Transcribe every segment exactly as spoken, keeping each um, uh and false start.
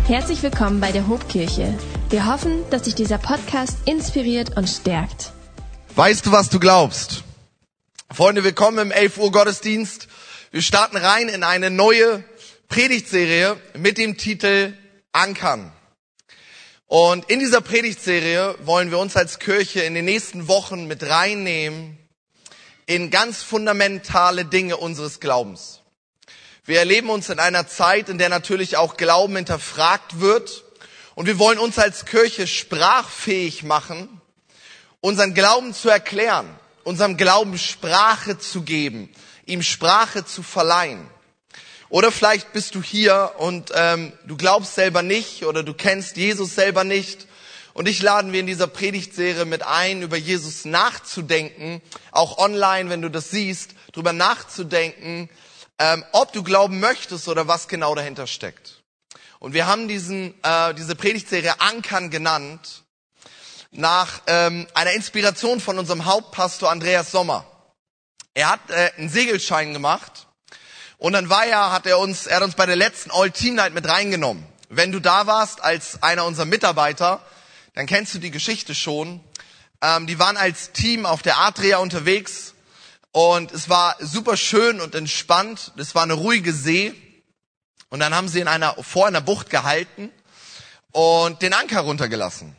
Herzlich willkommen bei der Hobkirche. Wir hoffen, dass dich dieser Podcast inspiriert und stärkt. Weißt du, was du glaubst? Freunde, willkommen im elf Uhr Gottesdienst. Wir starten rein in eine neue Predigtserie mit dem Titel Ankern. Und in dieser Predigtserie wollen wir uns als Kirche in den nächsten Wochen mit reinnehmen in ganz fundamentale Dinge unseres Glaubens. Wir erleben uns in einer Zeit, in der natürlich auch Glauben hinterfragt wird. Und wir wollen uns als Kirche sprachfähig machen, unseren Glauben zu erklären, unserem Glauben Sprache zu geben, ihm Sprache zu verleihen. Oder vielleicht bist du hier und ähm, du glaubst selber nicht oder du kennst Jesus selber nicht. Und dich laden wir in dieser Predigtserie mit ein, über Jesus nachzudenken, auch online, wenn du das siehst, drüber nachzudenken, ähm, ob du glauben möchtest oder was genau dahinter steckt. Und wir haben diesen äh, diese Predigtserie Ankern genannt, nach ähm, einer Inspiration von unserem Hauptpastor Andreas Sommer. Er hat äh, einen Segelschein gemacht und dann war er, hat er uns, er hat uns bei der letzten All Team Night mit reingenommen. Wenn du da warst als einer unserer Mitarbeiter, dann kennst du die Geschichte schon. Ähm, die waren als Team auf der Adria unterwegs und es war super schön und entspannt. Es war eine ruhige See und dann haben sie in einer vor einer Bucht gehalten und den Anker runtergelassen.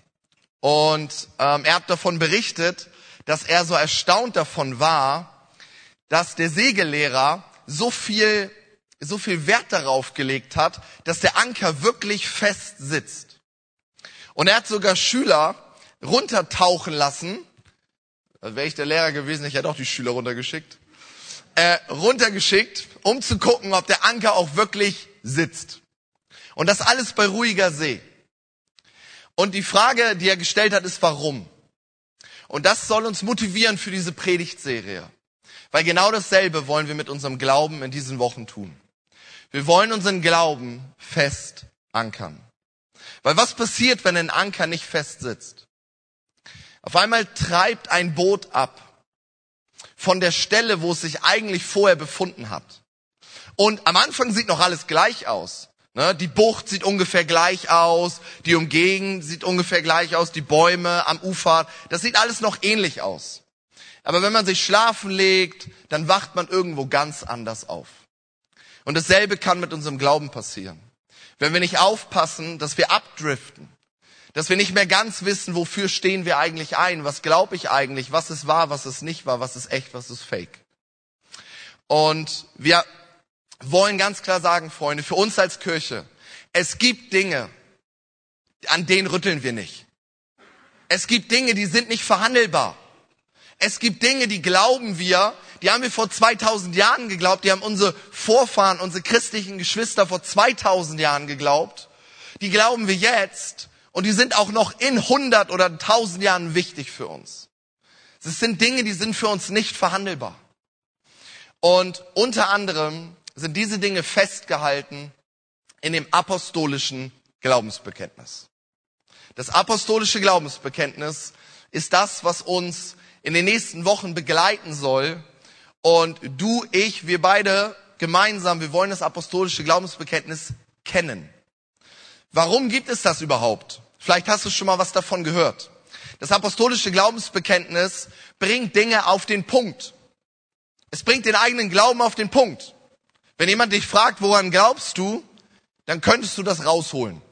Und ähm, er hat davon berichtet, dass er so erstaunt davon war, dass der Segellehrer so viel, so viel Wert darauf gelegt hat, dass der Anker wirklich fest sitzt. Und er hat sogar Schüler runtertauchen lassen. Also wäre ich der Lehrer gewesen, ich hätte auch die Schüler runtergeschickt. Äh, runtergeschickt, um zu gucken, ob der Anker auch wirklich sitzt. Und das alles bei ruhiger See. Und die Frage, die er gestellt hat, ist warum? Und das soll uns motivieren für diese Predigtserie. Weil genau dasselbe wollen wir mit unserem Glauben in diesen Wochen tun. Wir wollen unseren Glauben fest ankern. Weil was passiert, wenn ein Anker nicht fest sitzt? Auf einmal treibt ein Boot ab von der Stelle, wo es sich eigentlich vorher befunden hat. Und am Anfang sieht noch alles gleich aus. Ne, die Bucht sieht ungefähr gleich aus, die Umgegend sieht ungefähr gleich aus, die Bäume am Ufer, das sieht alles noch ähnlich aus. Aber wenn man sich schlafen legt, dann wacht man irgendwo ganz anders auf. Und dasselbe kann mit unserem Glauben passieren. Wenn wir nicht aufpassen, dass wir abdriften, dass wir nicht mehr ganz wissen, wofür stehen wir eigentlich ein, was glaube ich eigentlich, was ist wahr, was ist nicht wahr, was ist echt, was ist fake. Und wir wollen ganz klar sagen, Freunde, für uns als Kirche, es gibt Dinge, an denen rütteln wir nicht. Es gibt Dinge, die sind nicht verhandelbar. Es gibt Dinge, die glauben wir, die haben wir vor zweitausend Jahren geglaubt, die haben unsere Vorfahren, unsere christlichen Geschwister vor zweitausend Jahren geglaubt. Die glauben wir jetzt und die sind auch noch in hundert oder tausend Jahren wichtig für uns. Es sind Dinge, die sind für uns nicht verhandelbar. Und unter anderem sind diese Dinge festgehalten in dem apostolischen Glaubensbekenntnis. Das apostolische Glaubensbekenntnis ist das, was uns in den nächsten Wochen begleiten soll. Und du, ich, wir beide gemeinsam, wir wollen das apostolische Glaubensbekenntnis kennen. Warum gibt es das überhaupt? Vielleicht hast du schon mal was davon gehört. Das apostolische Glaubensbekenntnis bringt Dinge auf den Punkt. Es bringt den eigenen Glauben auf den Punkt. Wenn jemand dich fragt, woran glaubst du, dann könntest du das rausholen.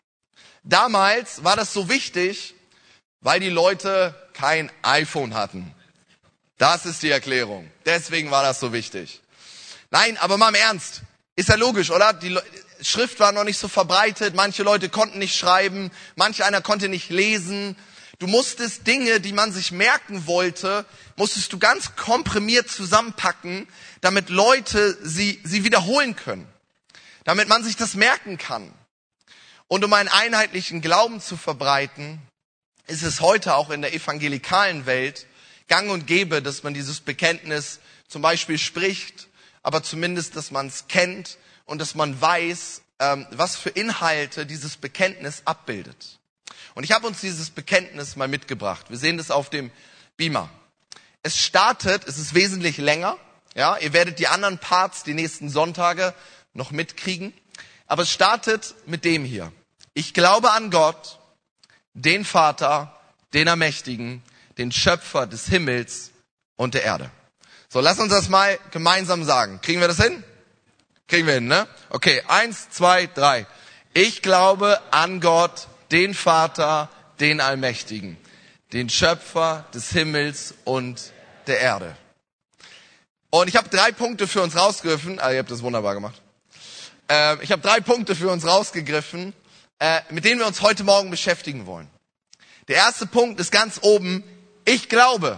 Damals war das so wichtig, weil die Leute kein iPhone hatten. Das ist die Erklärung. Deswegen war das so wichtig. Nein, aber mal im Ernst. Ist ja logisch, oder? Die Le- Schrift war noch nicht so verbreitet. Manche Leute konnten nicht schreiben. Manch einer konnte nicht lesen. Du musstest Dinge, die man sich merken wollte, musstest du ganz komprimiert zusammenpacken, damit Leute sie, sie wiederholen können. Damit man sich das merken kann. Und um einen einheitlichen Glauben zu verbreiten, ist es heute auch in der evangelikalen Welt gang und gäbe, dass man dieses Bekenntnis zum Beispiel spricht, aber zumindest, dass man es kennt und dass man weiß, ähm, was für Inhalte dieses Bekenntnis abbildet. Und ich habe uns dieses Bekenntnis mal mitgebracht. Wir sehen das auf dem Beamer. Es startet, es ist wesentlich länger. Ja, ihr werdet die anderen Parts die nächsten Sonntage noch mitkriegen. Aber es startet mit dem hier. Ich glaube an Gott, den Vater, den Allmächtigen, den Schöpfer des Himmels und der Erde. So, lass uns das mal gemeinsam sagen. Kriegen wir das hin? Kriegen wir hin, ne? Okay, eins, zwei, drei. Ich glaube an Gott, den Vater, den Allmächtigen, den Schöpfer des Himmels und der Erde. Und ich habe drei Punkte für uns rausgegriffen. Ah, ihr habt das wunderbar gemacht. Äh, ich habe drei Punkte für uns rausgegriffen, äh, mit denen wir uns heute Morgen beschäftigen wollen. Der erste Punkt ist ganz oben, ich glaube.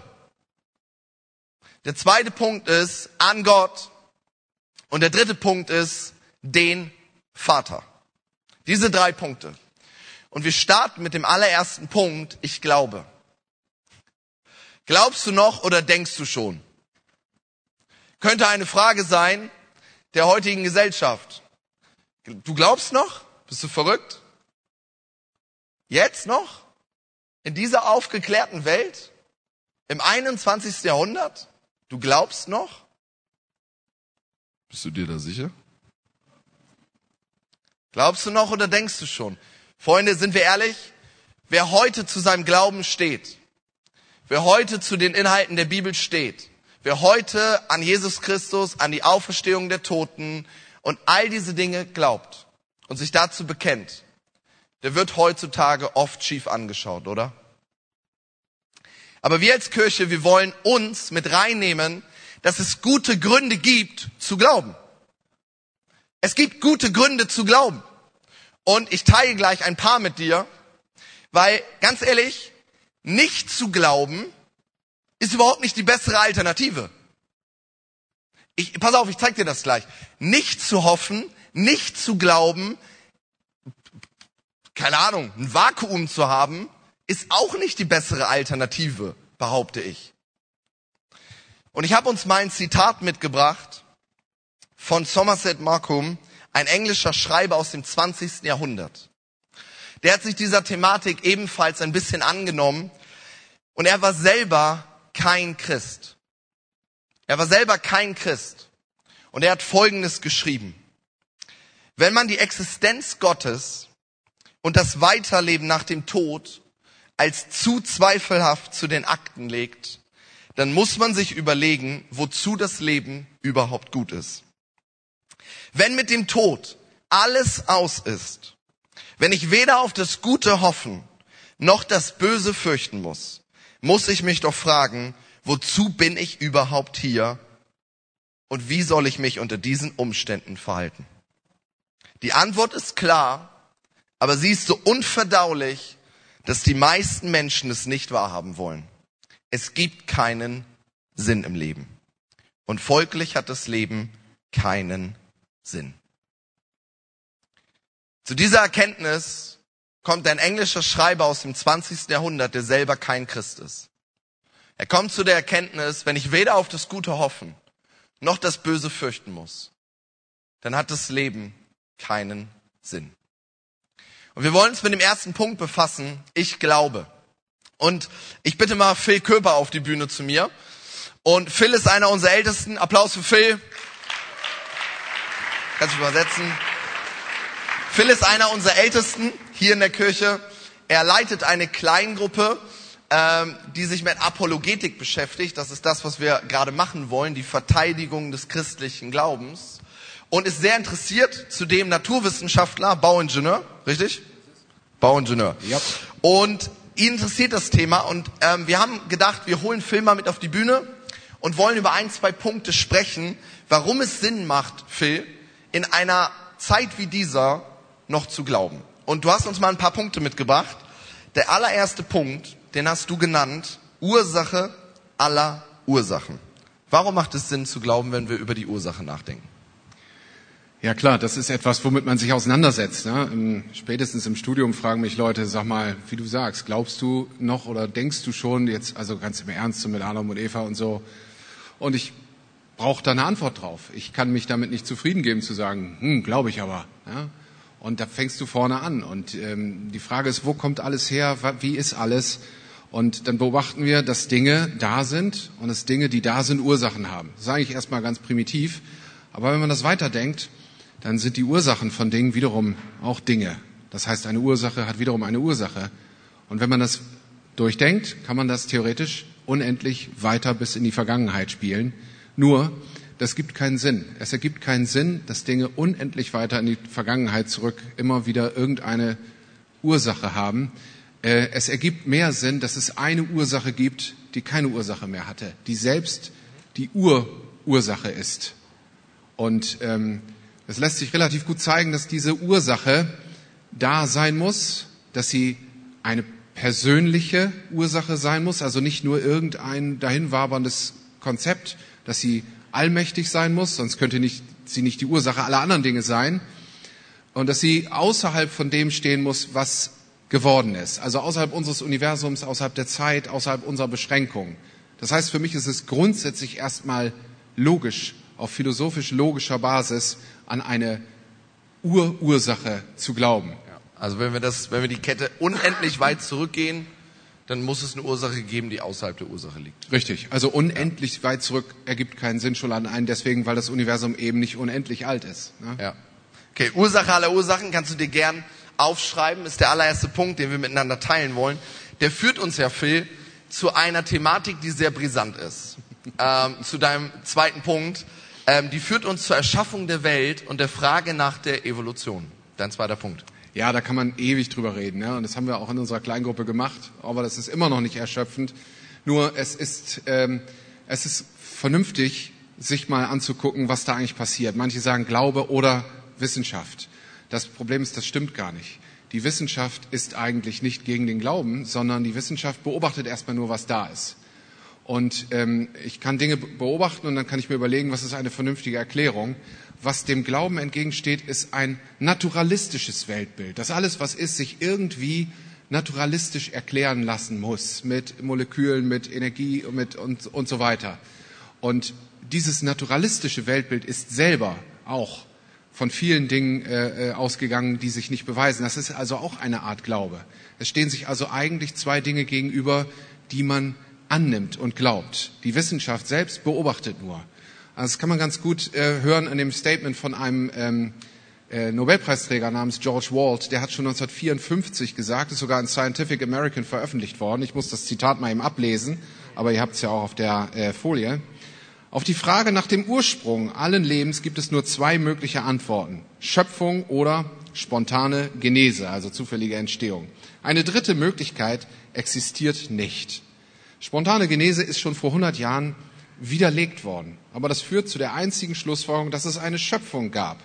Der zweite Punkt ist an Gott. Und der dritte Punkt ist den Vater. Diese drei Punkte. Und wir starten mit dem allerersten Punkt, ich glaube. Glaubst du noch oder denkst du schon? Könnte eine Frage sein der heutigen Gesellschaft. Du glaubst noch? Bist du verrückt? Jetzt noch? In dieser aufgeklärten Welt? Im einundzwanzigsten Jahrhundert? Du glaubst noch? Bist du dir da sicher? Glaubst du noch oder denkst du schon? Freunde, sind wir ehrlich? Wer heute zu seinem Glauben steht, wer heute zu den Inhalten der Bibel steht, wer heute an Jesus Christus, an die Auferstehung der Toten und all diese Dinge glaubt und sich dazu bekennt, der wird heutzutage oft schief angeschaut, oder? Aber wir als Kirche, wir wollen uns mit reinnehmen, dass es gute Gründe gibt zu glauben. Es gibt gute Gründe zu glauben. Und ich teile gleich ein paar mit dir, weil ganz ehrlich, nicht zu glauben ist überhaupt nicht die bessere Alternative. Ich, pass auf, ich zeig dir das gleich. Nicht zu hoffen, nicht zu glauben, keine Ahnung, ein Vakuum zu haben, ist auch nicht die bessere Alternative, behaupte ich. Und ich habe uns mal ein Zitat mitgebracht von Somerset Maugham, ein englischer Schreiber aus dem zwanzigsten Jahrhundert. Der hat sich dieser Thematik ebenfalls ein bisschen angenommen und er war selber kein Christ. Er war selber kein Christ und er hat Folgendes geschrieben. Wenn man die Existenz Gottes und das Weiterleben nach dem Tod als zu zweifelhaft zu den Akten legt, dann muss man sich überlegen, wozu das Leben überhaupt gut ist. Wenn mit dem Tod alles aus ist, wenn ich weder auf das Gute hoffen, noch das Böse fürchten muss, muss ich mich doch fragen, wozu bin ich überhaupt hier und wie soll ich mich unter diesen Umständen verhalten? Die Antwort ist klar, aber sie ist so unverdaulich, dass die meisten Menschen es nicht wahrhaben wollen. Es gibt keinen Sinn im Leben. Und folglich hat das Leben keinen Sinn. Zu dieser Erkenntnis kommt ein englischer Schreiber aus dem zwanzigsten Jahrhundert, der selber kein Christ ist. Er kommt zu der Erkenntnis, wenn ich weder auf das Gute hoffen, noch das Böse fürchten muss, dann hat das Leben keinen Sinn. Und wir wollen uns mit dem ersten Punkt befassen, ich glaube. Und ich bitte mal Phil Köper auf die Bühne zu mir. Und Phil ist einer unserer Ältesten. Applaus für Phil. Kannst du übersetzen? Phil ist einer unserer Ältesten hier in der Kirche. Er leitet eine Kleingruppe, ähm, die sich mit Apologetik beschäftigt. Das ist das, was wir gerade machen wollen, die Verteidigung des christlichen Glaubens. Und ist sehr interessiert, zudem Naturwissenschaftler, Bauingenieur, richtig? Bauingenieur. Ja. Und ihn interessiert das Thema und ähm, wir haben gedacht, wir holen Phil mal mit auf die Bühne und wollen über ein, zwei Punkte sprechen, warum es Sinn macht, Phil, in einer Zeit wie dieser noch zu glauben. Und du hast uns mal ein paar Punkte mitgebracht. Der allererste Punkt, den hast du genannt, Ursache aller Ursachen. Warum macht es Sinn zu glauben, wenn wir über die Ursache nachdenken? Ja klar, das ist etwas, womit man sich auseinandersetzt. Ne? Im, spätestens im Studium fragen mich Leute, sag mal, wie du sagst, glaubst du noch oder denkst du schon, jetzt, also ganz im Ernst, so mit Adam und Eva und so. Und ich brauche da eine Antwort drauf. Ich kann mich damit nicht zufrieden geben zu sagen, hm, glaube ich aber. Ja? Und da fängst du vorne an. Und ähm, die Frage ist, wo kommt alles her, wie ist alles? Und dann beobachten wir, dass Dinge da sind und dass Dinge, die da sind, Ursachen haben. Das sage ich erstmal ganz primitiv. Aber wenn man das weiterdenkt, dann sind die Ursachen von Dingen wiederum auch Dinge. Das heißt, eine Ursache hat wiederum eine Ursache. Und wenn man das durchdenkt, kann man das theoretisch unendlich weiter bis in die Vergangenheit spielen. Nur, das gibt keinen Sinn. Es ergibt keinen Sinn, dass Dinge unendlich weiter in die Vergangenheit zurück immer wieder irgendeine Ursache haben. Äh, es ergibt mehr Sinn, dass es eine Ursache gibt, die keine Ursache mehr hatte, die selbst die Urursache ist. Und ähm, es lässt sich relativ gut zeigen, dass diese Ursache da sein muss, dass sie eine persönliche Ursache sein muss, also nicht nur irgendein dahinwaberndes Konzept, dass sie allmächtig sein muss, sonst könnte nicht, sie nicht die Ursache aller anderen Dinge sein, und dass sie außerhalb von dem stehen muss, was geworden ist, also außerhalb unseres Universums, außerhalb der Zeit, außerhalb unserer Beschränkungen. Das heißt, für mich ist es grundsätzlich erstmal logisch, auf philosophisch logischer Basis an eine Urursache zu glauben. Also wenn wir das, wenn wir die Kette unendlich weit zurückgehen, dann muss es eine Ursache geben, die außerhalb der Ursache liegt. Richtig. Also unendlich ja. weit zurück ergibt keinen Sinn schon allein deswegen, weil das Universum eben nicht unendlich alt ist. Ne? Ja. Okay, Ursache aller Ursachen kannst du dir gern aufschreiben. Ist der allererste Punkt, den wir miteinander teilen wollen. Der führt uns ja, Phil, zu einer Thematik, die sehr brisant ist. ähm, zu deinem zweiten Punkt. Ähm, die führt uns zur Erschaffung der Welt und der Frage nach der Evolution. Dein zweiter Punkt. Ja, da kann man ewig drüber reden, ja? Und das haben wir auch in unserer Kleingruppe gemacht, aber das ist immer noch nicht erschöpfend. Nur es ist, ähm, es ist vernünftig, sich mal anzugucken, was da eigentlich passiert. Manche sagen Glaube oder Wissenschaft. Das Problem ist, das stimmt gar nicht. Die Wissenschaft ist eigentlich nicht gegen den Glauben, sondern die Wissenschaft beobachtet erstmal nur, was da ist. Und ähm, ich kann Dinge beobachten und dann kann ich mir überlegen, was ist eine vernünftige Erklärung. Was dem Glauben entgegensteht, ist ein naturalistisches Weltbild. Dass alles, was ist, sich irgendwie naturalistisch erklären lassen muss. Mit Molekülen, mit Energie und, mit und, und so weiter. Und dieses naturalistische Weltbild ist selber auch von vielen Dingen äh, ausgegangen, die sich nicht beweisen. Das ist also auch eine Art Glaube. Es stehen sich also eigentlich zwei Dinge gegenüber, die man annimmt und glaubt. Die Wissenschaft selbst beobachtet nur. Also das kann man ganz gut äh, hören an dem Statement von einem ähm, äh, Nobelpreisträger namens George Wald. Der hat schon neunzehnhundertvierundfünfzig gesagt, ist sogar in Scientific American veröffentlicht worden. Ich muss das Zitat mal eben ablesen, aber ihr habt es ja auch auf der äh, Folie. Auf die Frage nach dem Ursprung allen Lebens gibt es nur zwei mögliche Antworten. Schöpfung oder spontane Genese, also zufällige Entstehung. Eine dritte Möglichkeit existiert nicht. Spontane Genese ist schon vor hundert Jahren widerlegt worden. Aber das führt zu der einzigen Schlussfolgerung, dass es eine Schöpfung gab.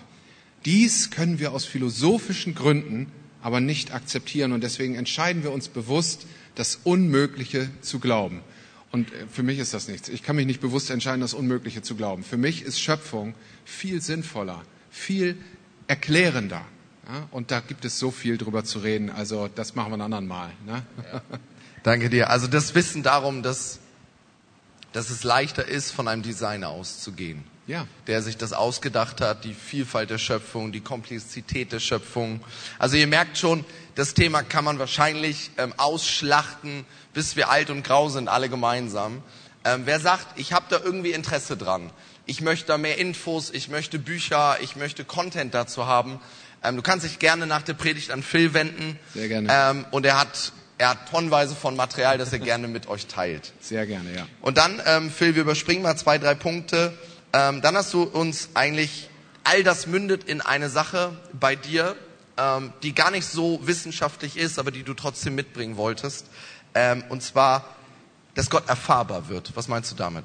Dies können wir aus philosophischen Gründen aber nicht akzeptieren. Und deswegen entscheiden wir uns bewusst, das Unmögliche zu glauben. Und für mich ist das nichts. Ich kann mich nicht bewusst entscheiden, das Unmögliche zu glauben. Für mich ist Schöpfung viel sinnvoller, viel erklärender. Ja? Und da gibt es so viel drüber zu reden. Also das machen wir ein anderen Mal. Ne? Ja. Danke dir. Also das Wissen darum, dass, dass es leichter ist, von einem Designer auszugehen. Ja. Der sich das ausgedacht hat, die Vielfalt der Schöpfung, die Komplexität der Schöpfung. Also ihr merkt schon, das Thema kann man wahrscheinlich ähm, ausschlachten, bis wir alt und grau sind, alle gemeinsam. Ähm, wer sagt, ich habe da irgendwie Interesse dran, ich möchte da mehr Infos, ich möchte Bücher, ich möchte Content dazu haben, ähm, du kannst dich gerne nach der Predigt an Phil wenden. Sehr gerne. Ähm, und er hat, er hat tonnenweise von Material, das er gerne mit euch teilt. Sehr gerne, ja. Und dann, ähm, Phil, wir überspringen mal zwei, drei Punkte. Ähm, dann hast du uns eigentlich, all das mündet in eine Sache bei dir, ähm, die gar nicht so wissenschaftlich ist, aber die du trotzdem mitbringen wolltest. Ähm, und zwar, dass Gott erfahrbar wird. Was meinst du damit?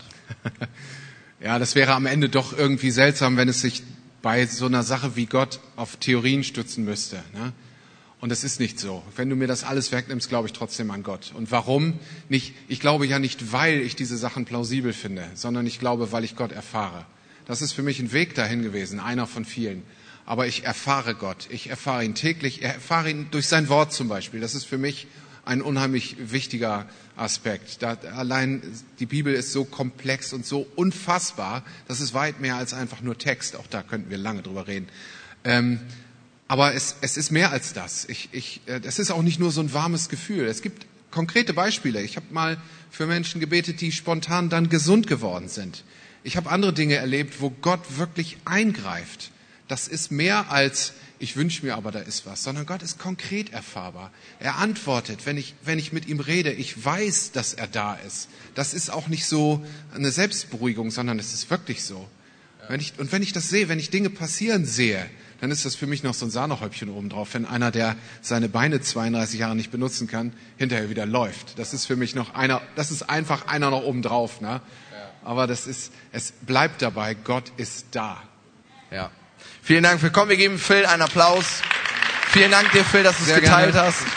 Ja, das wäre am Ende doch irgendwie seltsam, wenn es sich bei so einer Sache wie Gott auf Theorien stützen müsste. Ne? Und das ist nicht so. Wenn du mir das alles wegnimmst, glaube ich trotzdem an Gott. Und warum? Nicht, ich glaube ja nicht, weil ich diese Sachen plausibel finde, sondern ich glaube, weil ich Gott erfahre. Das ist für mich ein Weg dahin gewesen, einer von vielen. Aber ich erfahre Gott. Ich erfahre ihn täglich. Ich erfahre ihn durch sein Wort zum Beispiel. Das ist für mich ein unheimlich wichtiger Aspekt. Da, allein die Bibel ist so komplex und so unfassbar. Das ist weit mehr als einfach nur Text. Auch da könnten wir lange drüber reden. Ähm, Aber es, es ist mehr als das. Ich, ich, es ist auch nicht nur so ein warmes Gefühl. Es gibt konkrete Beispiele. Ich habe mal für Menschen gebetet, die spontan dann gesund geworden sind. Ich habe andere Dinge erlebt, wo Gott wirklich eingreift. Das ist mehr als ich wünsche mir aber, da ist was, sondern Gott ist konkret erfahrbar. Er antwortet, wenn ich, wenn ich mit ihm rede. Ich weiß, dass er da ist. Das ist auch nicht so eine Selbstberuhigung, sondern es ist wirklich so. Ja. Wenn ich, und wenn ich das sehe, wenn ich Dinge passieren sehe, dann ist das für mich noch so ein Sahnehäubchen obendrauf. Wenn einer, der seine Beine zweiunddreißig Jahre nicht benutzen kann, hinterher wieder läuft. Das ist für mich noch einer, das ist einfach einer noch obendrauf, ne? Ja. Aber das ist, es bleibt dabei, Gott ist da. Ja. Vielen Dank für kommen. Wir geben Phil einen Applaus. Vielen Dank dir, Phil, dass du es geteilt gerne. hast.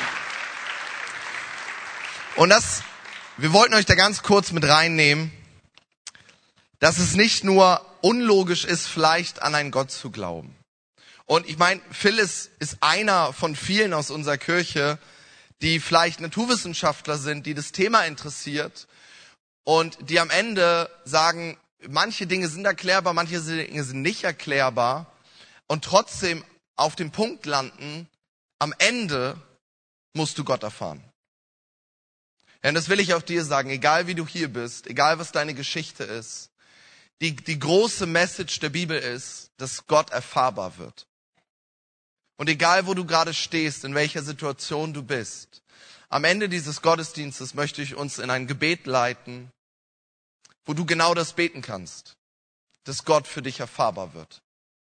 Und das, wir wollten euch da ganz kurz mit reinnehmen, dass es nicht nur unlogisch ist, vielleicht an einen Gott zu glauben. Und ich meine, Phil ist, ist einer von vielen aus unserer Kirche, die vielleicht Naturwissenschaftler sind, die das Thema interessiert und die am Ende sagen, manche Dinge sind erklärbar, manche Dinge sind nicht erklärbar und trotzdem auf dem Punkt landen, am Ende musst du Gott erfahren. Ja, und das will ich auch dir sagen, egal wie du hier bist, egal was deine Geschichte ist, die, die große Message der Bibel ist, dass Gott erfahrbar wird. Und egal wo du gerade stehst, in welcher Situation du bist, am Ende dieses Gottesdienstes möchte ich uns in ein Gebet leiten, wo du genau das beten kannst, dass Gott für dich erfahrbar wird.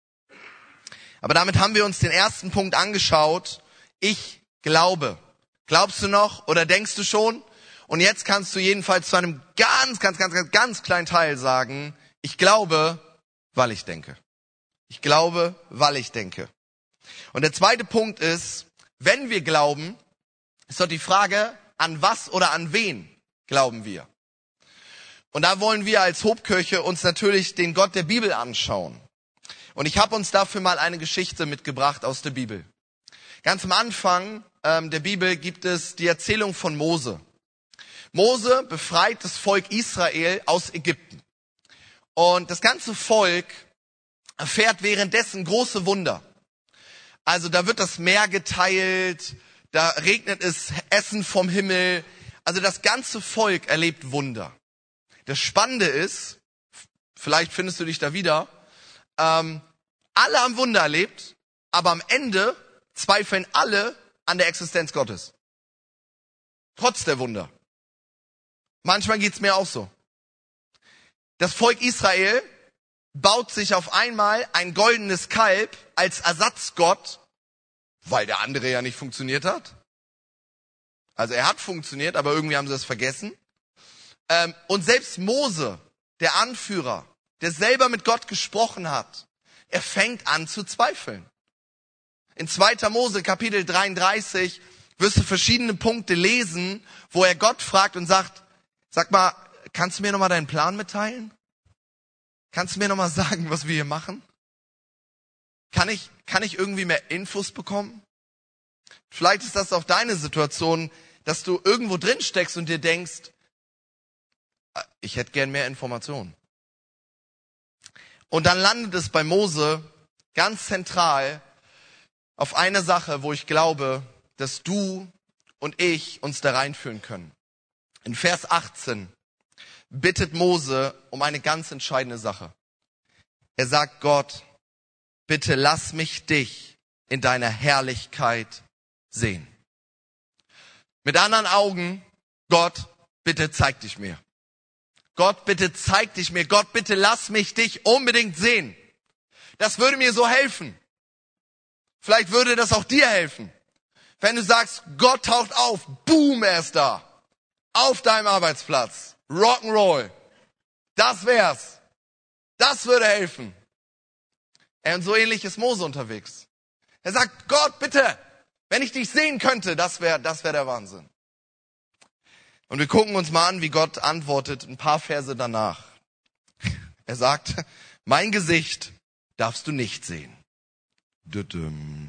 Aber damit haben wir uns den ersten Punkt angeschaut. Ich glaube. Glaubst du noch oder denkst du schon? Und jetzt kannst du jedenfalls zu einem ganz, ganz, ganz, ganz, ganz kleinen Teil sagen, ich glaube, weil ich denke. Ich glaube, weil ich denke. Und der zweite Punkt ist, wenn wir glauben, ist doch die Frage, an was oder an wen glauben wir? Und da wollen wir als Hobkirche uns natürlich den Gott der Bibel anschauen. Und ich habe uns dafür mal eine Geschichte mitgebracht aus der Bibel. Ganz am Anfang ähm, der Bibel gibt es die Erzählung von Mose. Mose befreit das Volk Israel aus Ägypten. Und das ganze Volk erfährt währenddessen große Wunder. Also da wird das Meer geteilt, da regnet es Essen vom Himmel. Also das ganze Volk erlebt Wunder. Das Spannende ist, vielleicht findest du dich da wieder, ähm, alle haben Wunder erlebt, aber am Ende zweifeln alle an der Existenz Gottes. Trotz der Wunder. Manchmal geht's mir auch so. Das Volk Israel baut sich auf einmal ein goldenes Kalb als Ersatzgott, weil der andere ja nicht funktioniert hat. Also er hat funktioniert, aber irgendwie haben sie es vergessen. Ähm, und selbst Mose, der Anführer, der selber mit Gott gesprochen hat, er fängt an zu zweifeln. In zweiter Mose Kapitel dreiunddreißig wirst du verschiedene Punkte lesen, wo er Gott fragt und sagt, sag mal, kannst du mir nochmal deinen Plan mitteilen? Kannst du mir nochmal sagen, was wir hier machen? Kann ich, kann ich irgendwie mehr Infos bekommen? Vielleicht ist das auch deine Situation, dass du irgendwo drin steckst und dir denkst, ich hätte gern mehr Informationen. Und dann landet es bei Mose ganz zentral auf eine Sache, wo ich glaube, dass du und ich uns da reinführen können. In Vers achtzehn bittet Mose um eine ganz entscheidende Sache. Er sagt Gott, bitte lass mich dich in deiner Herrlichkeit sehen. Mit anderen Augen, Gott, bitte zeig dich mir. Gott, bitte zeig dich mir. Gott, bitte lass mich dich unbedingt sehen. Das würde mir so helfen. Vielleicht würde das auch dir helfen. Wenn du sagst, Gott taucht auf, boom, er ist da. Auf deinem Arbeitsplatz. Rock'n'Roll. Das wär's. Das würde helfen. Und so ähnlich ist Mose unterwegs. Er sagt, Gott, bitte, wenn ich dich sehen könnte, das wäre das wär der Wahnsinn. Und wir gucken uns mal an, wie Gott antwortet, ein paar Verse danach. Er sagt, mein Gesicht darfst du nicht sehen. Denn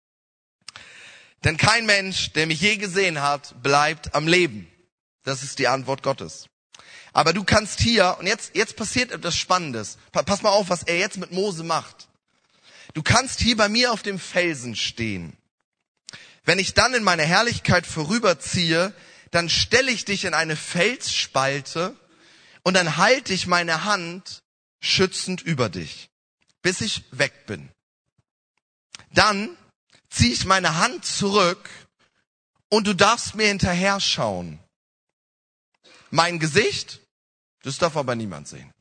kein Mensch, der mich je gesehen hat, bleibt am Leben. Das ist die Antwort Gottes. Aber du kannst hier, und jetzt, jetzt passiert etwas Spannendes. Pass mal auf, was er jetzt mit Mose macht. Du kannst hier bei mir auf dem Felsen stehen. Wenn ich dann in meine Herrlichkeit vorüberziehe, dann stelle ich dich in eine Felsspalte und dann halte ich meine Hand schützend über dich, bis ich weg bin. Dann ziehe ich meine Hand zurück und du darfst mir hinterher schauen. Mein Gesicht, das darf aber niemand sehen.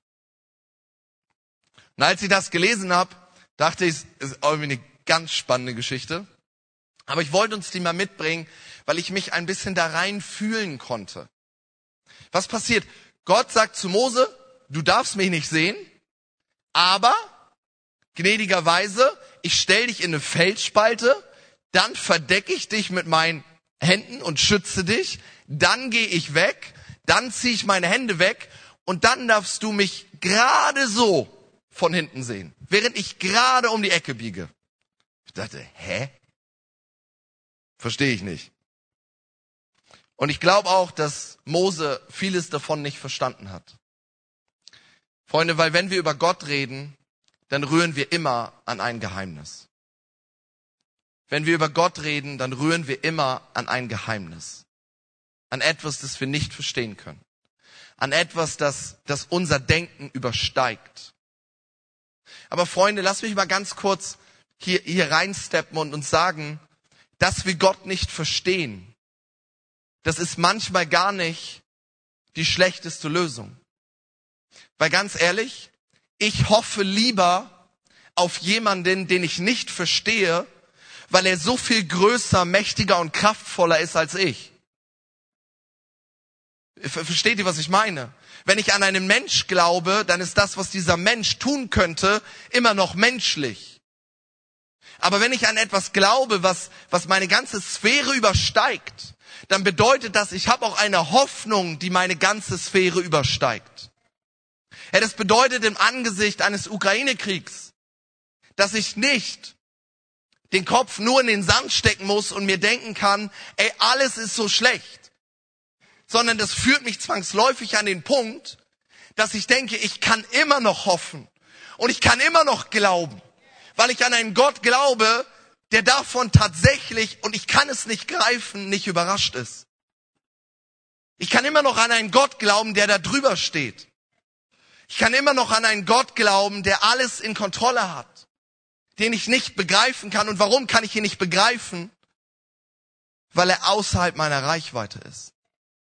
Und als ich das gelesen habe, dachte ich, es ist irgendwie eine ganz spannende Geschichte. Aber ich wollte uns die mal mitbringen, weil ich mich ein bisschen da rein fühlen konnte. Was passiert? Gott sagt zu Mose, du darfst mich nicht sehen, aber gnädigerweise, ich stelle dich in eine Felsspalte, dann verdecke ich dich mit meinen Händen und schütze dich, dann gehe ich weg, dann ziehe ich meine Hände weg und dann darfst du mich gerade so von hinten sehen, während ich gerade um die Ecke biege. Ich dachte, hä? Verstehe ich nicht. Und ich glaube auch, dass Mose vieles davon nicht verstanden hat. Freunde, weil wenn wir über Gott reden, dann rühren wir immer an ein Geheimnis. Wenn wir über Gott reden, dann rühren wir immer an ein Geheimnis. An etwas, das wir nicht verstehen können. An etwas, das, das unser Denken übersteigt. Aber Freunde, lasst mich mal ganz kurz hier, hier reinsteppen und uns sagen, dass wir Gott nicht verstehen. Das ist manchmal gar nicht die schlechteste Lösung. Weil ganz ehrlich, ich hoffe lieber auf jemanden, den ich nicht verstehe, weil er so viel größer, mächtiger und kraftvoller ist als ich. Versteht ihr, was ich meine? Wenn ich an einen Mensch glaube, dann ist das, was dieser Mensch tun könnte, immer noch menschlich. Aber wenn ich an etwas glaube, was, was meine ganze Sphäre übersteigt, dann bedeutet das, ich habe auch eine Hoffnung, die meine ganze Sphäre übersteigt. Ja, das bedeutet im Angesicht eines Ukraine-Kriegs, dass ich nicht den Kopf nur in den Sand stecken muss und mir denken kann, ey, alles ist so schlecht. Sondern das führt mich zwangsläufig an den Punkt, dass ich denke, ich kann immer noch hoffen und ich kann immer noch glauben, weil ich an einen Gott glaube, der davon tatsächlich, und ich kann es nicht greifen, nicht überrascht ist. Ich kann immer noch an einen Gott glauben, der da drüber steht. Ich kann immer noch an einen Gott glauben, der alles in Kontrolle hat, den ich nicht begreifen kann. Und warum kann ich ihn nicht begreifen? Weil er außerhalb meiner Reichweite ist.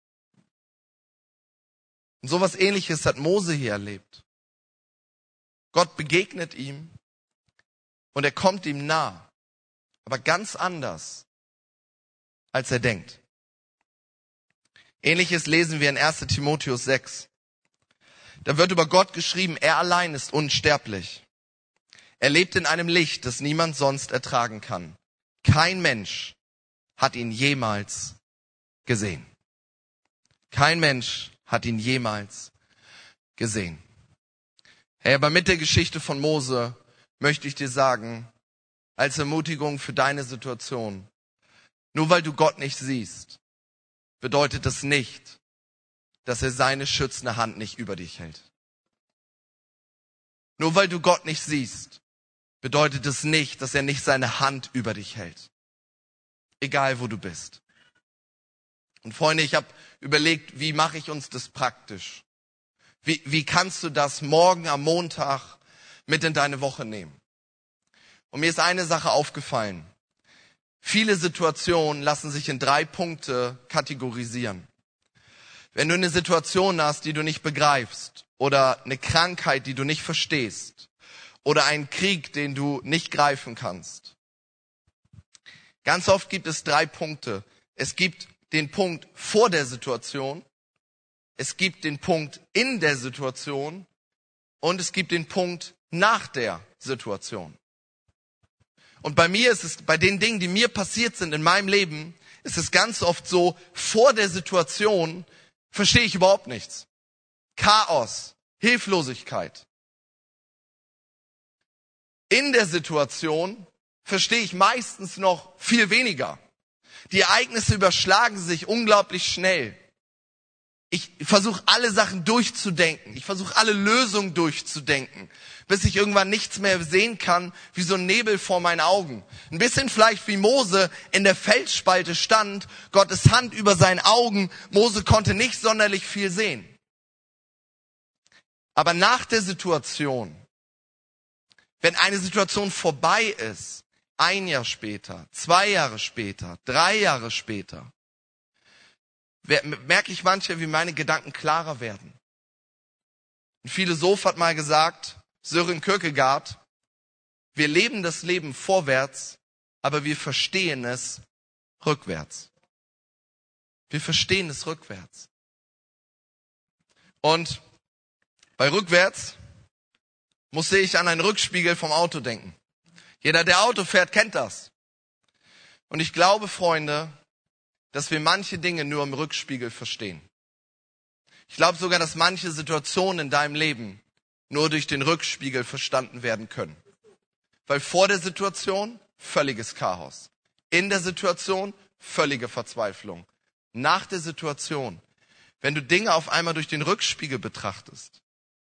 Und sowas Ähnliches hat Mose hier erlebt. Gott begegnet ihm und er kommt ihm nah, aber ganz anders, als er denkt. Ähnliches lesen wir in erster Timotheus sechs. Da wird über Gott geschrieben, er allein ist unsterblich. Er lebt in einem Licht, das niemand sonst ertragen kann. Kein Mensch hat ihn jemals gesehen. Kein Mensch hat ihn jemals gesehen. Hey, aber mit der Geschichte von Mose möchte ich dir sagen, als Ermutigung für deine Situation, nur weil du Gott nicht siehst, bedeutet das nicht, dass er seine schützende Hand nicht über dich hält. Nur weil du Gott nicht siehst, bedeutet es nicht, dass er nicht seine Hand über dich hält. Egal, wo du bist. Und Freunde, ich habe überlegt, wie mache ich uns das praktisch? Wie, wie kannst du das morgen am Montag mit in deine Woche nehmen? Und mir ist eine Sache aufgefallen. Viele Situationen lassen sich in drei Punkte kategorisieren. Wenn du eine Situation hast, die du nicht begreifst, oder eine Krankheit, die du nicht verstehst, oder einen Krieg, den du nicht greifen kannst. Ganz oft gibt es drei Punkte. Es gibt den Punkt vor der Situation, es gibt den Punkt in der Situation und es gibt den Punkt nach der Situation. Und bei mir ist es, bei den Dingen, die mir passiert sind in meinem Leben, ist es ganz oft so, vor der Situation verstehe ich überhaupt nichts. Chaos, Hilflosigkeit. In der Situation verstehe ich meistens noch viel weniger. Die Ereignisse überschlagen sich unglaublich schnell. Ich versuche alle Sachen durchzudenken. Ich versuche alle Lösungen durchzudenken, bis ich irgendwann nichts mehr sehen kann, wie so ein Nebel vor meinen Augen. Ein bisschen vielleicht wie Mose in der Felsspalte stand, Gottes Hand über seinen Augen. Mose konnte nicht sonderlich viel sehen. Aber nach der Situation, wenn eine Situation vorbei ist, ein Jahr später, zwei Jahre später, drei Jahre später, merke ich manchmal, wie meine Gedanken klarer werden. Ein Philosoph hat mal gesagt, Søren Kierkegaard, wir leben das Leben vorwärts, aber wir verstehen es rückwärts. Wir verstehen es rückwärts. Und bei rückwärts musste ich an einen Rückspiegel vom Auto denken. Jeder, der Auto fährt, kennt das. Und ich glaube, Freunde, dass wir manche Dinge nur im Rückspiegel verstehen. Ich glaube sogar, dass manche Situationen in deinem Leben nur durch den Rückspiegel verstanden werden können. Weil vor der Situation völliges Chaos. In der Situation völlige Verzweiflung. Nach der Situation, wenn du Dinge auf einmal durch den Rückspiegel betrachtest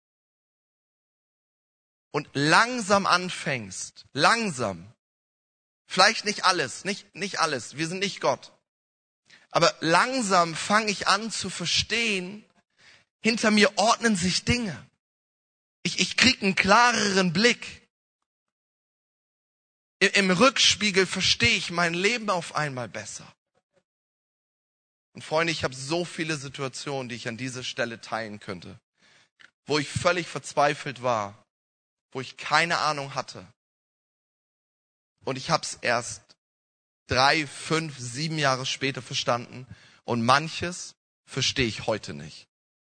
und langsam anfängst, langsam, vielleicht nicht alles, nicht, nicht alles, wir sind nicht Gott, aber langsam fange ich an zu verstehen, hinter mir ordnen sich Dinge. Ich, ich kriege einen klareren Blick. Im, Im Rückspiegel verstehe ich mein Leben auf einmal besser. Und Freunde, ich habe so viele Situationen, die ich an dieser Stelle teilen könnte, wo ich völlig verzweifelt war, wo ich keine Ahnung hatte. Und ich habe es erst drei, fünf, sieben Jahre später verstanden. Und manches verstehe ich heute nicht.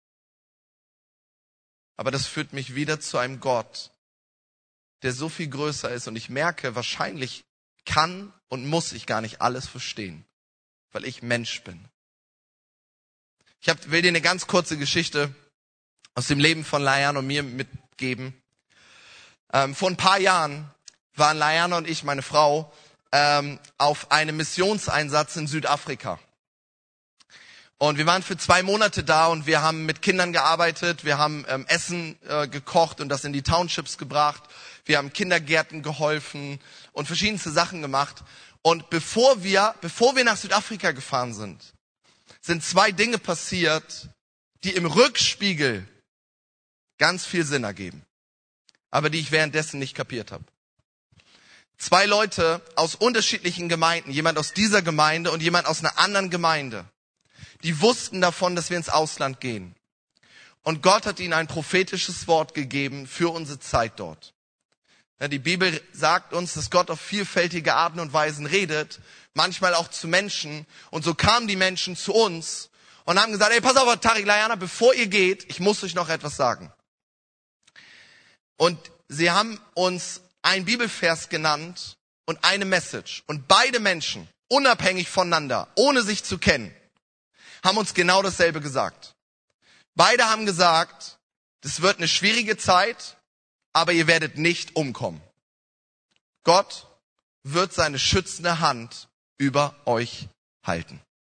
Aber das führt mich wieder zu einem Gott, der so viel größer ist. Und ich merke, wahrscheinlich kann und muss ich gar nicht alles verstehen, weil ich Mensch bin. Ich hab, will dir eine ganz kurze Geschichte aus dem Leben von Laiane und mir mitgeben. Ähm, vor ein paar Jahren waren Laiane und ich, meine Frau, ähm, auf einem Missionseinsatz in Südafrika. Und wir waren für zwei Monate da und wir haben mit Kindern gearbeitet, wir haben ähm, Essen äh, gekocht und das in die Townships gebracht. Wir haben Kindergärten geholfen und verschiedenste Sachen gemacht. Und bevor wir, bevor wir nach Südafrika gefahren sind, sind zwei Dinge passiert, die im Rückspiegel ganz viel Sinn ergeben, aber die ich währenddessen nicht kapiert habe. Zwei Leute aus unterschiedlichen Gemeinden, jemand aus dieser Gemeinde und jemand aus einer anderen Gemeinde, die wussten davon, dass wir ins Ausland gehen. Und Gott hat ihnen ein prophetisches Wort gegeben für unsere Zeit dort. Ja, die Bibel sagt uns, dass Gott auf vielfältige Arten und Weisen redet, manchmal auch zu Menschen. Und so kamen die Menschen zu uns und haben gesagt, ey, pass auf, Tariq, Laiane, bevor ihr geht, ich muss euch noch etwas sagen. Und sie haben uns einen Bibelvers genannt und eine Message. Und beide Menschen, unabhängig voneinander, ohne sich zu kennen, haben uns genau dasselbe gesagt. Beide haben gesagt, das wird eine schwierige Zeit, aber ihr werdet nicht umkommen. Gott wird seine schützende Hand über euch halten.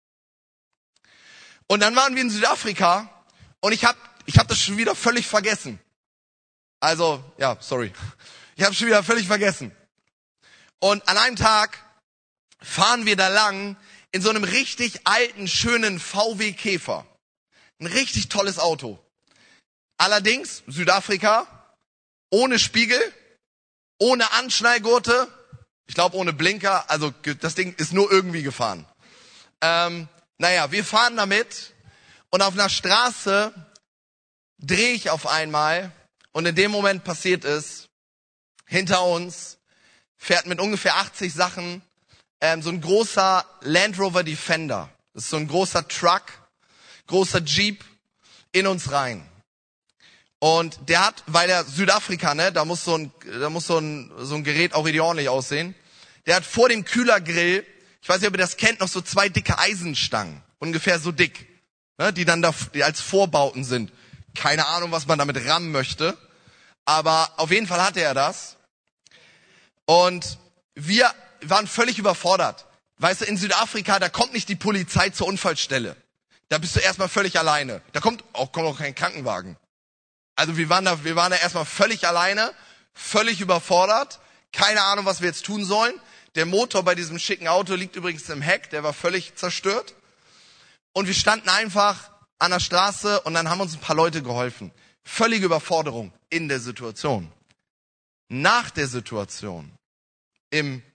Und dann waren wir in Südafrika und ich habe ich hab das schon wieder völlig vergessen. Also, ja, sorry. Ich habe schon wieder völlig vergessen. Und an einem Tag fahren wir da lang in so einem richtig alten, schönen V W Käfer. Ein richtig tolles Auto. Allerdings, Südafrika, ohne Spiegel, ohne Anschnallgurte, ich glaube ohne Blinker, also das Ding ist nur irgendwie gefahren. Ähm, naja, wir fahren damit und auf einer Straße drehe ich auf einmal und in dem Moment passiert es, hinter uns fährt mit ungefähr achtzig Sachen ähm, so ein großer Land Rover Defender. Das ist so ein großer Truck, großer Jeep in uns rein. Und der hat, weil er Südafrika, ne, da muss so ein, da muss so ein, so ein Gerät auch richtig ordentlich aussehen. Der hat vor dem Kühlergrill, ich weiß nicht, ob ihr das kennt, noch so zwei dicke Eisenstangen, ungefähr so dick, ne, die dann da die als Vorbauten sind. Keine Ahnung, was man damit rammen möchte, aber auf jeden Fall hatte er das. Und wir waren völlig überfordert. Weißt du, in Südafrika, da kommt nicht die Polizei zur Unfallstelle. Da bist du erstmal völlig alleine. Da kommt auch, kommt auch kein Krankenwagen. Also wir waren da, wir waren da erstmal völlig alleine, völlig überfordert, keine Ahnung, was wir jetzt tun sollen. Der Motor bei diesem schicken Auto liegt übrigens im Heck, der war völlig zerstört. Und wir standen einfach an der Straße und dann haben uns ein paar Leute geholfen. Völlige Überforderung in der Situation. Nach der Situation, im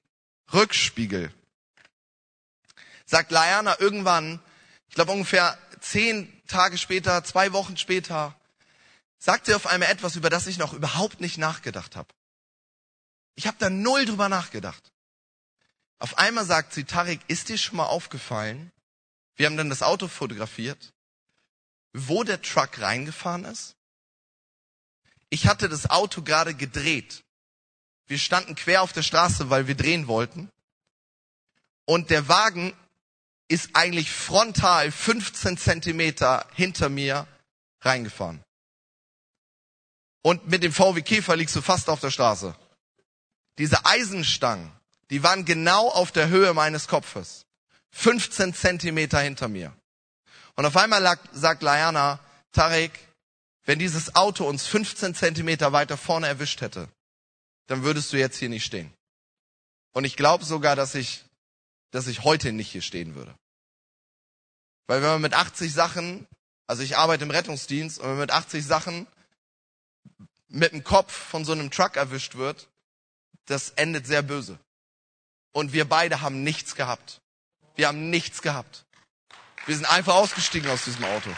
Rückspiegel. Sagt Diana irgendwann, ich glaube ungefähr zehn Tage später, zwei Wochen später, sagt sie auf einmal etwas, über das ich noch überhaupt nicht nachgedacht habe. Ich habe da null drüber nachgedacht. Auf einmal sagt sie, Tarek, ist dir schon mal aufgefallen, wir haben dann das Auto fotografiert, wo der Truck reingefahren ist? Ich hatte das Auto gerade gedreht. Wir standen quer auf der Straße, weil wir drehen wollten. Und der Wagen ist eigentlich frontal fünfzehn Zentimeter hinter mir reingefahren. Und mit dem V W Käfer liegst du fast auf der Straße. Diese Eisenstangen, die waren genau auf der Höhe meines Kopfes. fünfzehn Zentimeter hinter mir. Und auf einmal lag, sagt Diana, Tarek, wenn dieses Auto uns fünfzehn Zentimeter weiter vorne erwischt hätte, dann würdest du jetzt hier nicht stehen. Und ich glaube sogar, dass ich, dass ich heute nicht hier stehen würde. Weil wenn man mit achtzig Sachen, also ich arbeite im Rettungsdienst, und wenn man mit achtzig Sachen mit dem Kopf von so einem Truck erwischt wird, das endet sehr böse. Und wir beide haben nichts gehabt. Wir haben nichts gehabt. Wir sind einfach ausgestiegen aus diesem Auto.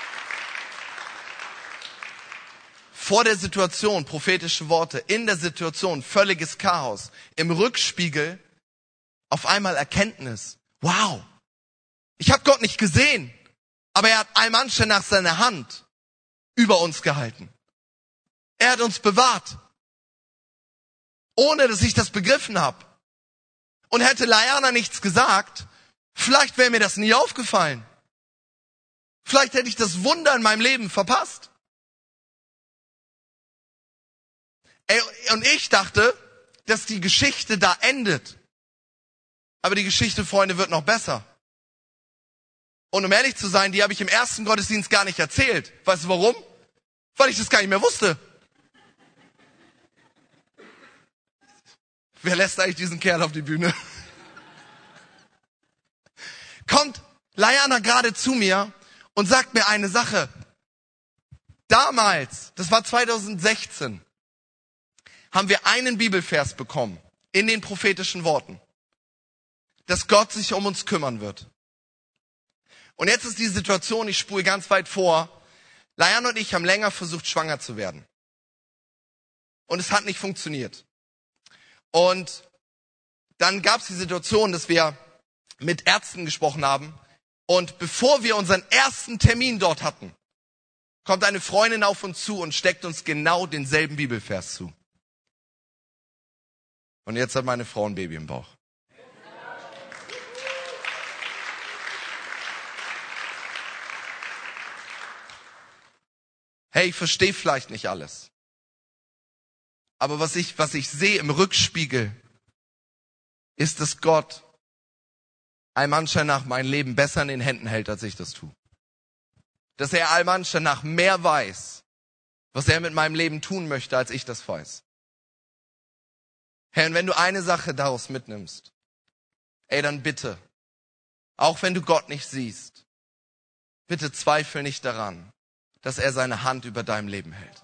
Vor der Situation, prophetische Worte, in der Situation, völliges Chaos, im Rückspiegel, auf einmal Erkenntnis. Wow, ich habe Gott nicht gesehen, aber er hat Al-Manschah nach seiner Hand über uns gehalten. Er hat uns bewahrt, ohne dass ich das begriffen habe. Und hätte Diana nichts gesagt, vielleicht wäre mir das nie aufgefallen. Vielleicht hätte ich das Wunder in meinem Leben verpasst. Ey, und ich dachte, dass die Geschichte da endet. Aber die Geschichte, Freunde, wird noch besser. Und um ehrlich zu sein, die habe ich im ersten Gottesdienst gar nicht erzählt. Weißt du warum? Weil ich das gar nicht mehr wusste. Wer lässt eigentlich diesen Kerl auf die Bühne? Kommt Diana gerade zu mir und sagt mir eine Sache. Damals, das war zweitausendsechzehn, haben wir einen Bibelvers bekommen in den prophetischen Worten, dass Gott sich um uns kümmern wird. Und jetzt ist die Situation, ich spule ganz weit vor, Diana und ich haben länger versucht, schwanger zu werden. Und es hat nicht funktioniert. Und dann gab es die Situation, dass wir mit Ärzten gesprochen haben. Und bevor wir unseren ersten Termin dort hatten, kommt eine Freundin auf uns zu und steckt uns genau denselben Bibelvers zu. Und jetzt hat meine Frau ein Baby im Bauch. Hey, ich verstehe vielleicht nicht alles. Aber was ich, was ich sehe im Rückspiegel, ist, dass Gott Al-Manschah nach mein Leben besser in den Händen hält, als ich das tue. Dass er Al-Manschah nach mehr weiß, was er mit meinem Leben tun möchte, als ich das weiß. Herr, und wenn du eine Sache daraus mitnimmst, ey, dann bitte, auch wenn du Gott nicht siehst, bitte zweifel nicht daran, dass er seine Hand über deinem Leben hält.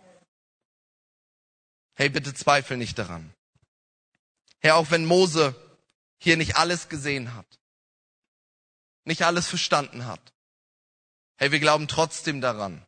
Hey, bitte zweifel nicht daran. Herr, auch wenn Mose hier nicht alles gesehen hat, nicht alles verstanden hat, hey, wir glauben trotzdem daran,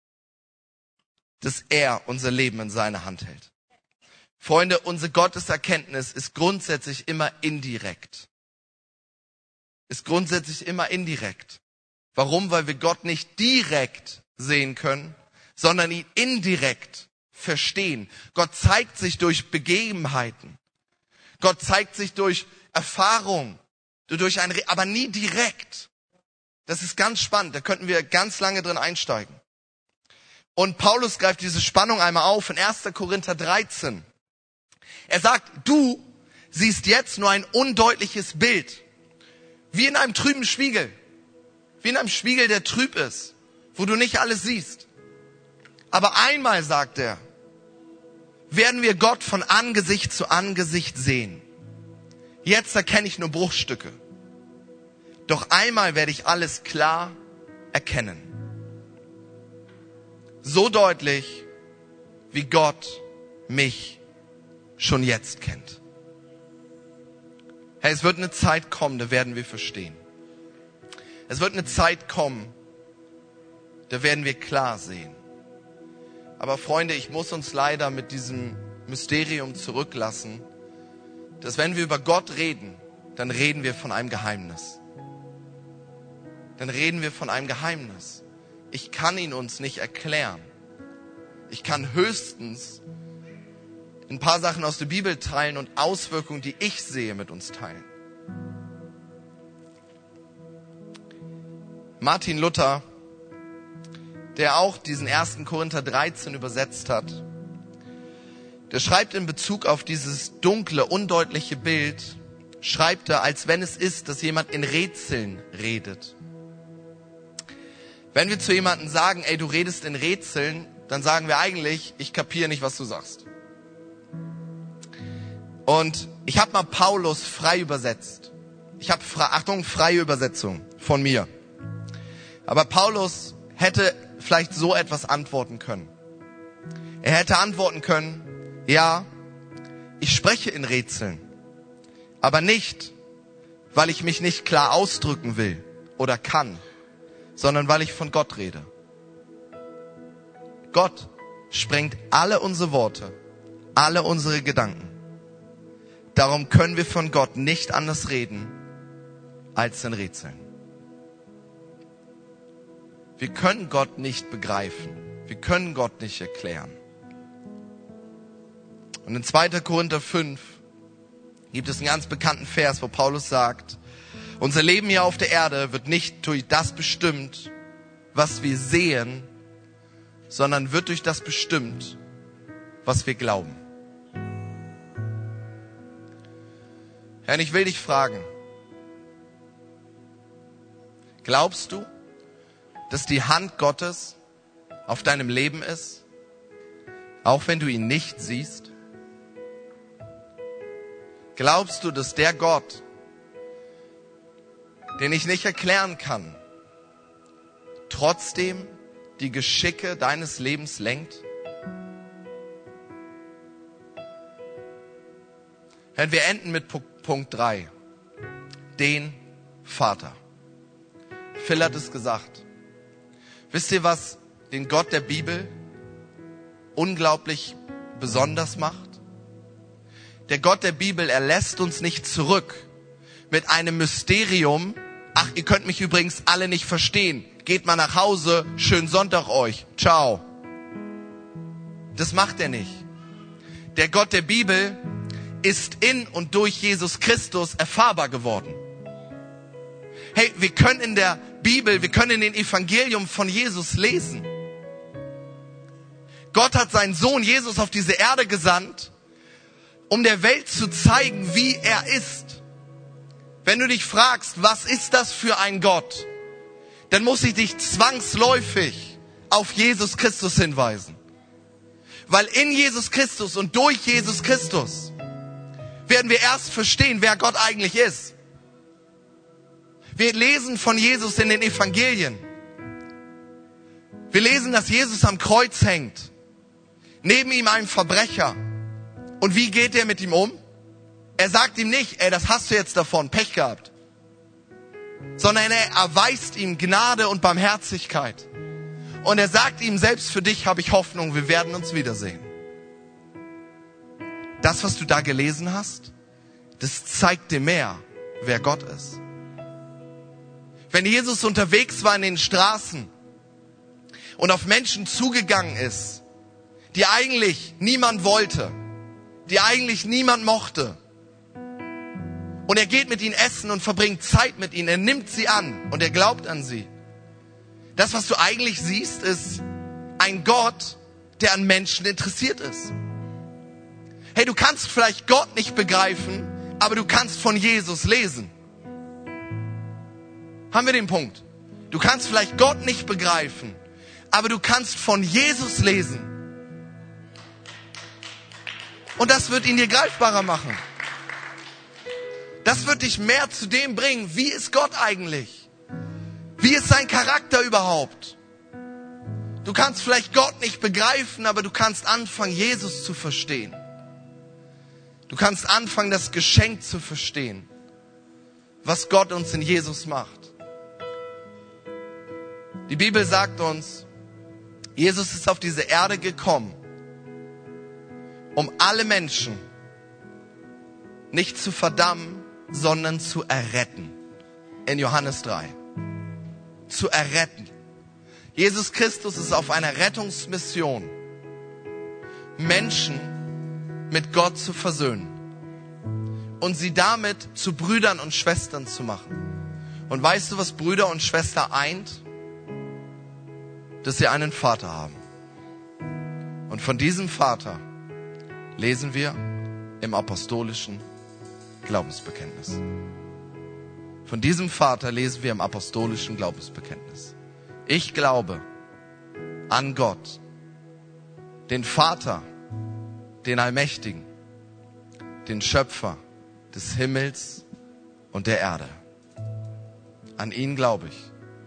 dass er unser Leben in seiner Hand hält. Freunde, unsere Gotteserkenntnis ist grundsätzlich immer indirekt. Ist grundsätzlich immer indirekt. Warum? Weil wir Gott nicht direkt sehen können, sondern ihn indirekt verstehen. Gott zeigt sich durch Begebenheiten. Gott zeigt sich durch Erfahrung, durch ein, aber nie direkt. Das ist ganz spannend. Da könnten wir ganz lange drin einsteigen. Und Paulus greift diese Spannung einmal auf in erster Korinther dreizehn. Er sagt, du siehst jetzt nur ein undeutliches Bild. Wie in einem trüben Spiegel. Wie in einem Spiegel, der trüb ist. Wo du nicht alles siehst. Aber einmal, sagt er, werden wir Gott von Angesicht zu Angesicht sehen. Jetzt erkenne ich nur Bruchstücke. Doch einmal werde ich alles klar erkennen. So deutlich, wie Gott mich schon jetzt kennt. Hey, es wird eine Zeit kommen, da werden wir verstehen. Es wird eine Zeit kommen, da werden wir klar sehen. Aber Freunde, ich muss uns leider mit diesem Mysterium zurücklassen, dass wenn wir über Gott reden, dann reden wir von einem Geheimnis. Dann reden wir von einem Geheimnis. Ich kann ihn uns nicht erklären. Ich kann höchstens ein paar Sachen aus der Bibel teilen und Auswirkungen, die ich sehe, mit uns teilen. Martin Luther, der auch diesen ersten Korinther dreizehn übersetzt hat, der schreibt in Bezug auf dieses dunkle, undeutliche Bild, schreibt er, als wenn es ist, dass jemand in Rätseln redet. Wenn wir zu jemandem sagen, ey, du redest in Rätseln, dann sagen wir eigentlich, ich kapiere nicht, was du sagst. Und ich habe mal Paulus frei übersetzt. Ich habe, Achtung, freie Übersetzung von mir. Aber Paulus hätte vielleicht so etwas antworten können. Er hätte antworten können, ja, ich spreche in Rätseln, aber nicht, weil ich mich nicht klar ausdrücken will oder kann, sondern weil ich von Gott rede. Gott sprengt alle unsere Worte, alle unsere Gedanken. Darum können wir von Gott nicht anders reden als in Rätseln. Wir können Gott nicht begreifen. Wir können Gott nicht erklären. Und in zweiter Korinther fünf gibt es einen ganz bekannten Vers, wo Paulus sagt, unser Leben hier auf der Erde wird nicht durch das bestimmt, was wir sehen, sondern wird durch das bestimmt, was wir glauben. Herr, ich will dich fragen, glaubst du, dass die Hand Gottes auf deinem Leben ist, auch wenn du ihn nicht siehst? Glaubst du, dass der Gott, den ich nicht erklären kann, trotzdem die Geschicke deines Lebens lenkt? Herr, wir enden mit Punkt drei. Den Vater. Phil hat es gesagt. Wisst ihr, was den Gott der Bibel unglaublich besonders macht? Der Gott der Bibel, er lässt uns nicht zurück mit einem Mysterium. Ach, ihr könnt mich übrigens alle nicht verstehen. Geht mal nach Hause, schönen Sonntag euch. Ciao. Das macht er nicht. Der Gott der Bibel ist in und durch Jesus Christus erfahrbar geworden. Hey, wir können in der Bibel, wir können in den Evangelium von Jesus lesen. Gott hat seinen Sohn Jesus auf diese Erde gesandt, um der Welt zu zeigen, wie er ist. Wenn du dich fragst, was ist das für ein Gott, dann muss ich dich zwangsläufig auf Jesus Christus hinweisen. Weil in Jesus Christus und durch Jesus Christus werden wir erst verstehen, wer Gott eigentlich ist. Wir lesen von Jesus in den Evangelien. Wir lesen, dass Jesus am Kreuz hängt. Neben ihm ein Verbrecher. Und wie geht er mit ihm um? Er sagt ihm nicht, ey, das hast du jetzt davon, Pech gehabt. Sondern er erweist ihm Gnade und Barmherzigkeit. Und er sagt ihm, selbst für dich habe ich Hoffnung, wir werden uns wiedersehen. Das, was du da gelesen hast, das zeigt dir mehr, wer Gott ist. Wenn Jesus unterwegs war in den Straßen und auf Menschen zugegangen ist, die eigentlich niemand wollte, die eigentlich niemand mochte, und er geht mit ihnen essen und verbringt Zeit mit ihnen, er nimmt sie an und er glaubt an sie. Das, was du eigentlich siehst, ist ein Gott, der an Menschen interessiert ist. Hey, du kannst vielleicht Gott nicht begreifen, aber du kannst von Jesus lesen. Haben wir den Punkt? Du kannst vielleicht Gott nicht begreifen, aber du kannst von Jesus lesen. Und das wird ihn dir greifbarer machen. Das wird dich mehr zu dem bringen, wie ist Gott eigentlich? Wie ist sein Charakter überhaupt? Du kannst vielleicht Gott nicht begreifen, aber du kannst anfangen, Jesus zu verstehen. Du kannst anfangen, das Geschenk zu verstehen was Gott uns in Jesus macht. Die Bibel sagt uns, Jesus ist auf diese Erde gekommen, um alle Menschen nicht zu verdammen, sondern zu erretten. In Johannes drei. Zu erretten. Jesus Christus ist auf einer Rettungsmission, Menschen mit Gott zu versöhnen und sie damit zu Brüdern und Schwestern zu machen. Und weißt du, was Brüder und Schwester eint? Dass sie einen Vater haben. Und von diesem Vater lesen wir im apostolischen Glaubensbekenntnis. Von diesem Vater lesen wir im apostolischen Glaubensbekenntnis. Ich glaube an Gott, den Vater, den Allmächtigen, den Schöpfer des Himmels und der Erde. An ihn glaube ich.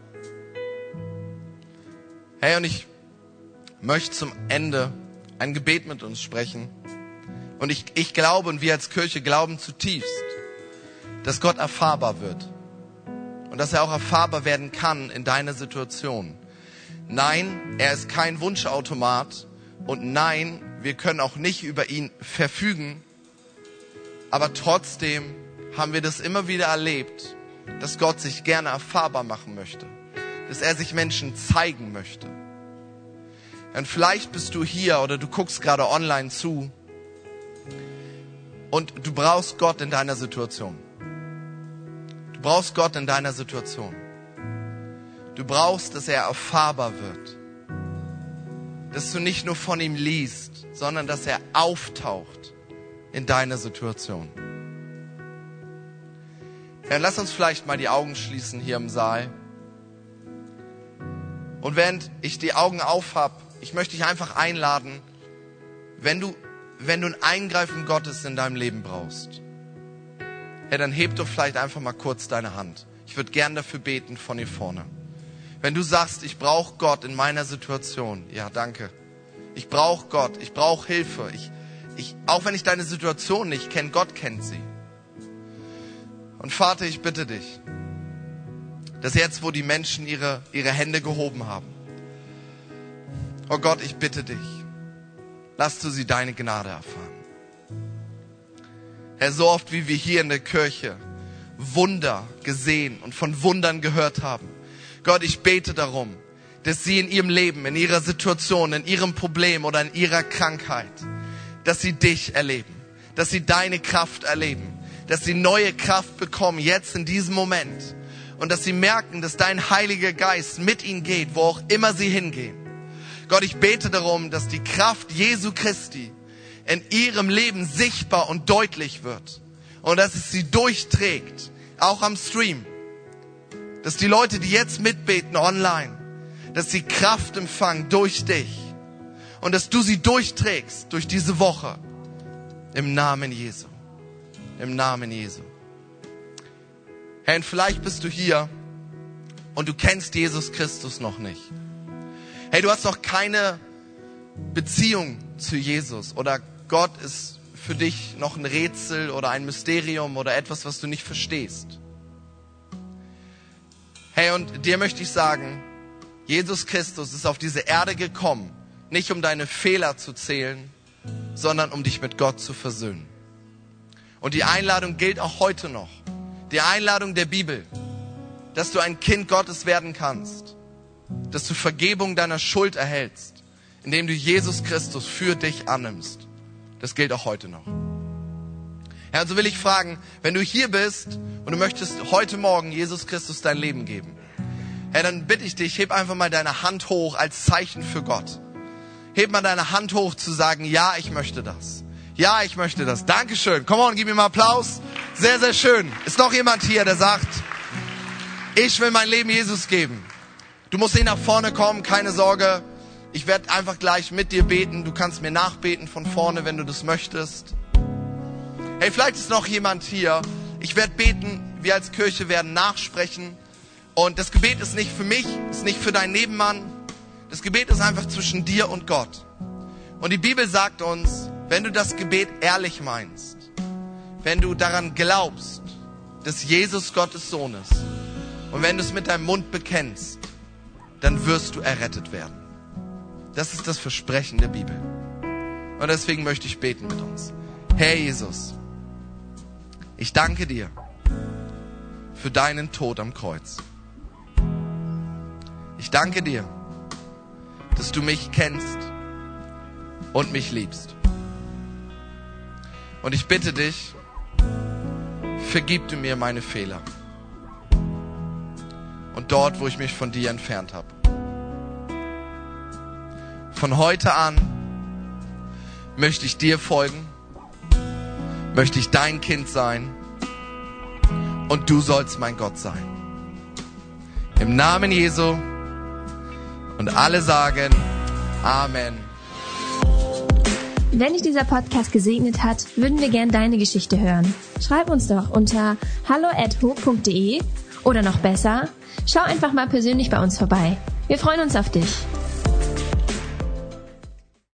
Hey, und ich möchte zum Ende ein Gebet mit uns sprechen. Und ich, ich glaube, und wir als Kirche glauben zutiefst, dass Gott erfahrbar wird. Und dass er auch erfahrbar werden kann in deiner Situation. Nein, er ist kein Wunschautomat. Und nein, wir können auch nicht über ihn verfügen. Aber trotzdem haben wir das immer wieder erlebt, dass Gott sich gerne erfahrbar machen möchte. Dass er sich Menschen zeigen möchte. Und vielleicht bist du hier oder du guckst gerade online zu und du brauchst Gott in deiner Situation. Du brauchst Gott in deiner Situation. Du brauchst, dass er erfahrbar wird. Dass du nicht nur von ihm liest, sondern dass er auftaucht in deiner Situation. Ja, lass uns vielleicht mal die Augen schließen hier im Saal. Und während ich die Augen aufhab, ich möchte dich einfach einladen, wenn du, wenn du ein Eingreifen Gottes in deinem Leben brauchst, ja, dann heb doch vielleicht einfach mal kurz deine Hand. Ich würde gern dafür beten von hier vorne. Wenn du sagst, ich brauche Gott in meiner Situation, ja, danke. Ich brauche Gott, ich brauche Hilfe. Ich, ich, auch wenn ich deine Situation nicht kenne, Gott kennt sie. Und Vater, ich bitte dich, dass jetzt, wo die Menschen ihre, ihre Hände gehoben haben, oh Gott, ich bitte dich, lass du sie deine Gnade erfahren. Herr, so oft wie wir hier in der Kirche Wunder gesehen und von Wundern gehört haben. Gott, ich bete darum, dass sie in ihrem Leben, in ihrer Situation, in ihrem Problem oder in ihrer Krankheit, dass sie dich erleben, dass sie deine Kraft erleben, dass sie neue Kraft bekommen, jetzt in diesem Moment. Und dass sie merken, dass dein Heiliger Geist mit ihnen geht, wo auch immer sie hingehen. Gott, ich bete darum, dass die Kraft Jesu Christi in ihrem Leben sichtbar und deutlich wird. Und dass es sie durchträgt, auch am Stream. Dass die Leute, die jetzt mitbeten online, dass sie Kraft empfangen durch dich. Und dass du sie durchträgst durch diese Woche. Im Namen Jesu. Im Namen Jesu. Herr, und vielleicht bist du hier und du kennst Jesus Christus noch nicht. Hey, du hast noch keine Beziehung zu Jesus oder Gott ist für dich noch ein Rätsel oder ein Mysterium oder etwas, was du nicht verstehst. Hey, und dir möchte ich sagen, Jesus Christus ist auf diese Erde gekommen, nicht um deine Fehler zu zählen, sondern um dich mit Gott zu versöhnen. Und die Einladung gilt auch heute noch. Die Einladung der Bibel, dass du ein Kind Gottes werden kannst, dass du Vergebung deiner Schuld erhältst, indem du Jesus Christus für dich annimmst. Das gilt auch heute noch. Herr, so will ich fragen, wenn du hier bist und du möchtest heute Morgen Jesus Christus dein Leben geben, Herr, dann bitte ich dich, heb einfach mal deine Hand hoch als Zeichen für Gott. Heb mal deine Hand hoch zu sagen, ja, ich möchte das. Ja, ich möchte das. Dankeschön. Come on, gib mir mal Applaus. Sehr, sehr schön. Ist noch jemand hier, der sagt, ich will mein Leben Jesus geben. Du musst nicht nach vorne kommen, keine Sorge. Ich werde einfach gleich mit dir beten. Du kannst mir nachbeten von vorne, wenn du das möchtest. Hey, vielleicht ist noch jemand hier. Ich werde beten. Wir als Kirche werden nachsprechen. Und das Gebet ist nicht für mich, ist nicht für deinen Nebenmann. Das Gebet ist einfach zwischen dir und Gott. Und die Bibel sagt uns, wenn du das Gebet ehrlich meinst, wenn du daran glaubst dass Jesus Gottes Sohn ist. Und wenn du es mit deinem Mund bekennst, dann wirst du errettet werden. Das ist das Versprechen der Bibel. Und deswegen möchte ich beten mit uns. Herr Jesus, ich danke dir für deinen Tod am Kreuz. Ich danke dir, dass du mich kennst und mich liebst. Und ich bitte dich, vergib du mir meine Fehler. Und dort, wo ich mich von dir entfernt habe. Von heute an möchte ich dir folgen, möchte ich dein Kind sein und du sollst mein Gott sein. Im Namen Jesu und alle sagen Amen. Wenn dich dieser Podcast gesegnet hat, würden wir gern deine Geschichte hören. Schreib uns doch unter hallo at ho punkt de oder noch besser, schau einfach mal persönlich bei uns vorbei. Wir freuen uns auf dich.